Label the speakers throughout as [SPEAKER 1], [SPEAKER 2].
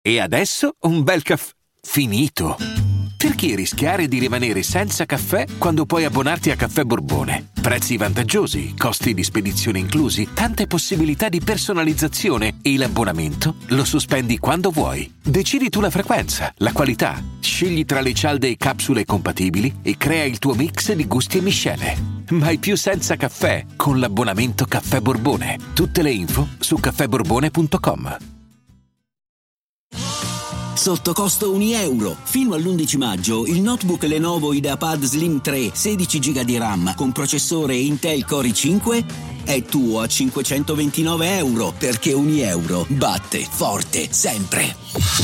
[SPEAKER 1] E adesso un bel caffè finito. Perché rischiare di rimanere senza caffè quando puoi abbonarti a Caffè Borbone? Prezzi vantaggiosi, costi di spedizione inclusi, tante possibilità di personalizzazione e l'abbonamento lo sospendi quando vuoi. Decidi tu la frequenza, la qualità, scegli tra le cialde e capsule compatibili e crea il tuo mix di gusti e miscele. Mai più senza caffè con l'abbonamento Caffè Borbone. Tutte le info su caffèborbone.com.
[SPEAKER 2] Sotto costo €1. Fino all'11 maggio il notebook Lenovo IdeaPad Slim 3 16 GB di RAM con processore Intel Core i5 è tuo a €529, perché €1 batte forte sempre.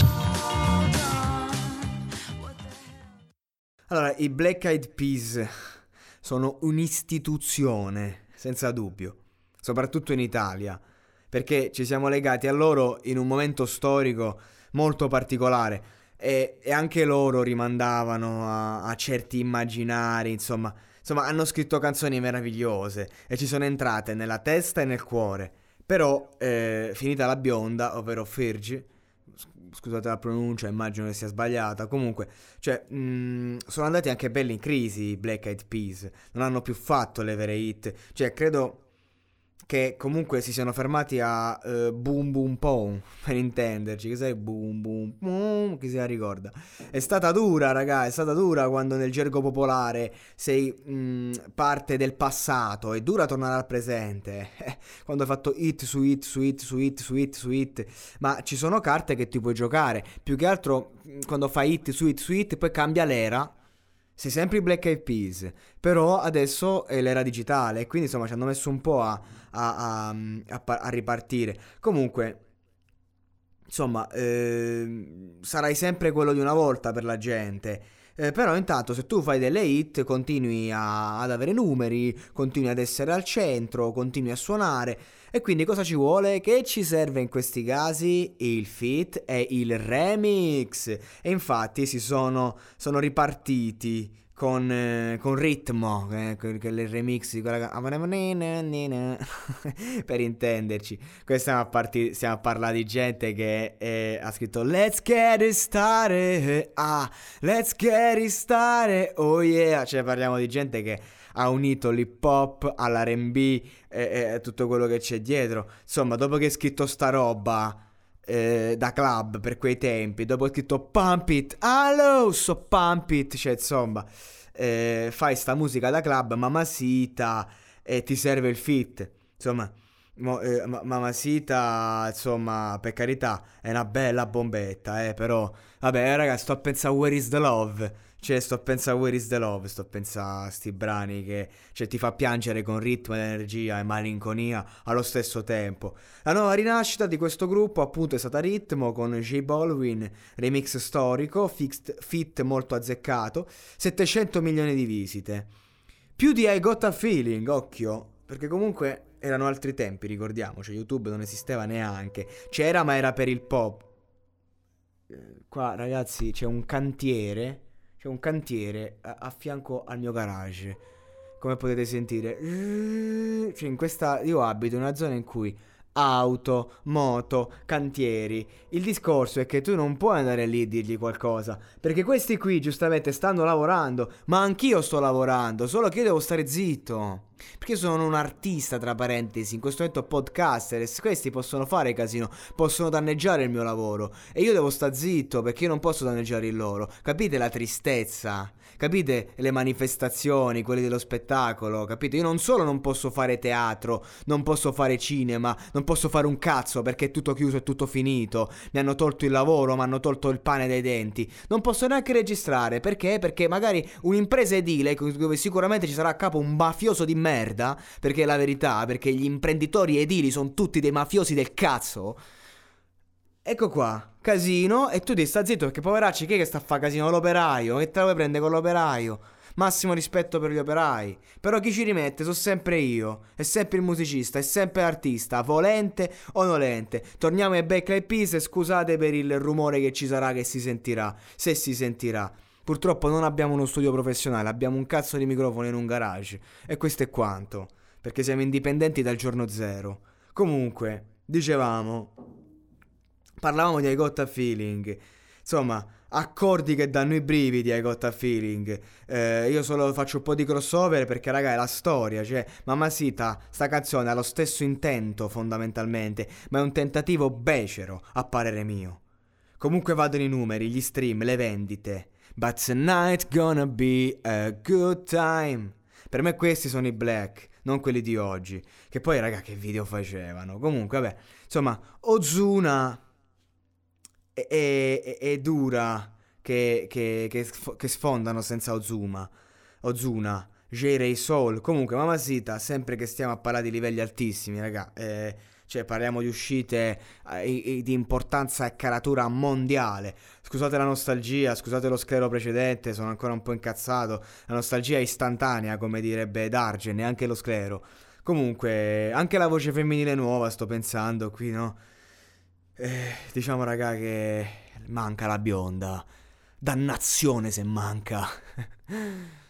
[SPEAKER 3] Allora, i Black Eyed Peas sono un'istituzione, senza dubbio, soprattutto in Italia, perché ci siamo legati a loro in un momento storico molto particolare e anche loro rimandavano a certi immaginari, insomma hanno scritto canzoni meravigliose e ci sono entrate nella testa e nel cuore. Però finita la bionda, ovvero Fergie, scusate la pronuncia, immagino che sia sbagliata, comunque cioè sono andati anche belli in crisi i Black Eyed Peas, non hanno più fatto le vere hit, cioè credo che comunque si siano fermati a Boom Boom Pow, per intenderci, che sai Boom Boom Boom, chi se la ricorda? È stata dura, raga, è stata dura quando nel gergo popolare sei parte del passato, è dura tornare al presente, quando hai fatto hit su hit su hit su hit su hit su hit, ma ci sono carte che ti puoi giocare, più che altro quando fai hit su hit su hit poi cambia l'era. Sei sempre i Black Eyed Peas, però adesso è l'era digitale e quindi insomma ci hanno messo un po' a ripartire. Comunque, insomma, sarai sempre quello di una volta per la gente. Però intanto se tu fai delle hit continui ad avere numeri, continui ad essere al centro, continui a suonare. E quindi cosa ci vuole? Che ci serve in questi casi? Il feat e il remix. E infatti sono ripartiti con ritmo, che il remix di quella per intenderci. Qua stiamo a parlare di gente che ha scritto Let's get it started, let's get it started, oh yeah. Cioè parliamo di gente che ha unito l'hip hop all'R&B e tutto quello che c'è dietro. Insomma, dopo che hai scritto sta roba da club per quei tempi, dopo che hai scritto Pump It, hello, so Pump It, cioè insomma fai sta musica da club, Mamacita, e ti serve il feat. Insomma, Mamacita, insomma, per carità, è una bella bombetta, però vabbè, ragazzi, sto a pensare Where is the Love. Cioè, sto a pensare Where is the Love, sto a pensare a sti brani che cioè, ti fa piangere con ritmo, energia e malinconia allo stesso tempo. La nuova rinascita di questo gruppo appunto è stata Ritmo con J Balvin, remix storico, feat molto azzeccato, 700 milioni di visite. Più di I Got a Feeling, occhio, perché comunque erano altri tempi, ricordiamoci, YouTube non esisteva neanche, c'era ma era per il pop. Qua ragazzi c'è un cantiere a fianco al mio garage, come potete sentire. Cioè io abito in una zona in cui auto, moto, cantieri. Il discorso è che tu non puoi andare lì e dirgli qualcosa, perché questi qui giustamente stanno lavorando, ma anch'io sto lavorando, solo che io devo stare zitto, perché sono un artista, tra parentesi, in questo momento podcaster, e questi possono fare casino, possono danneggiare il mio lavoro e io devo stare zitto perché io non posso danneggiare il loro. Capite la tristezza? Capite le manifestazioni, quelli dello spettacolo? Capite? Io non solo non posso fare teatro, non posso fare cinema, non posso fare un cazzo perché è tutto chiuso, è tutto finito. Mi hanno tolto il lavoro, mi hanno tolto il pane dai denti. Non posso neanche registrare, perché? Perché magari un'impresa edile dove sicuramente ci sarà a capo un mafioso di merda, perché è la verità, perché gli imprenditori edili sono tutti dei mafiosi del cazzo. Ecco qua, casino, e tu ti sta zitto perché poveracci, chi è che sta a fa casino? L'operaio, che te la vuoi prendere con l'operaio? Massimo rispetto per gli operai, però chi ci rimette sono sempre io, è sempre il musicista, è sempre l'artista, volente o nolente. Torniamo ai Black Eyed Peas e scusate per il rumore che ci sarà, che si sentirà, se si sentirà. Purtroppo non abbiamo uno studio professionale, abbiamo un cazzo di microfono in un garage, e questo è quanto, perché siamo indipendenti dal giorno zero. Comunque, dicevamo, Parlavamo di I Got a Feeling. Insomma, accordi che danno i brividi I Got a Feeling. Io solo faccio un po' di crossover perché, raga, è la storia. Cioè, Mamacita, sta canzone ha lo stesso intento fondamentalmente, ma è un tentativo becero, a parere mio. Comunque vadano i numeri, gli stream, le vendite. But tonight gonna be a good time. Per me questi sono i Black, non quelli di oggi. Che poi, raga, che video facevano. Comunque, vabbè. Insomma, Ozuna e Dura che sfondano senza Ozuna, J-Ray Soul. Comunque, Mamacita, sempre che stiamo a parlare di livelli altissimi, raga. Cioè, parliamo di uscite di importanza e caratura mondiale. Scusate la nostalgia, scusate lo sclero precedente, sono ancora un po' incazzato. La nostalgia è istantanea, come direbbe Dargen, neanche lo sclero. Comunque, anche la voce femminile nuova, sto pensando qui, no? Diciamo, raga, che manca la bionda. Dannazione se manca.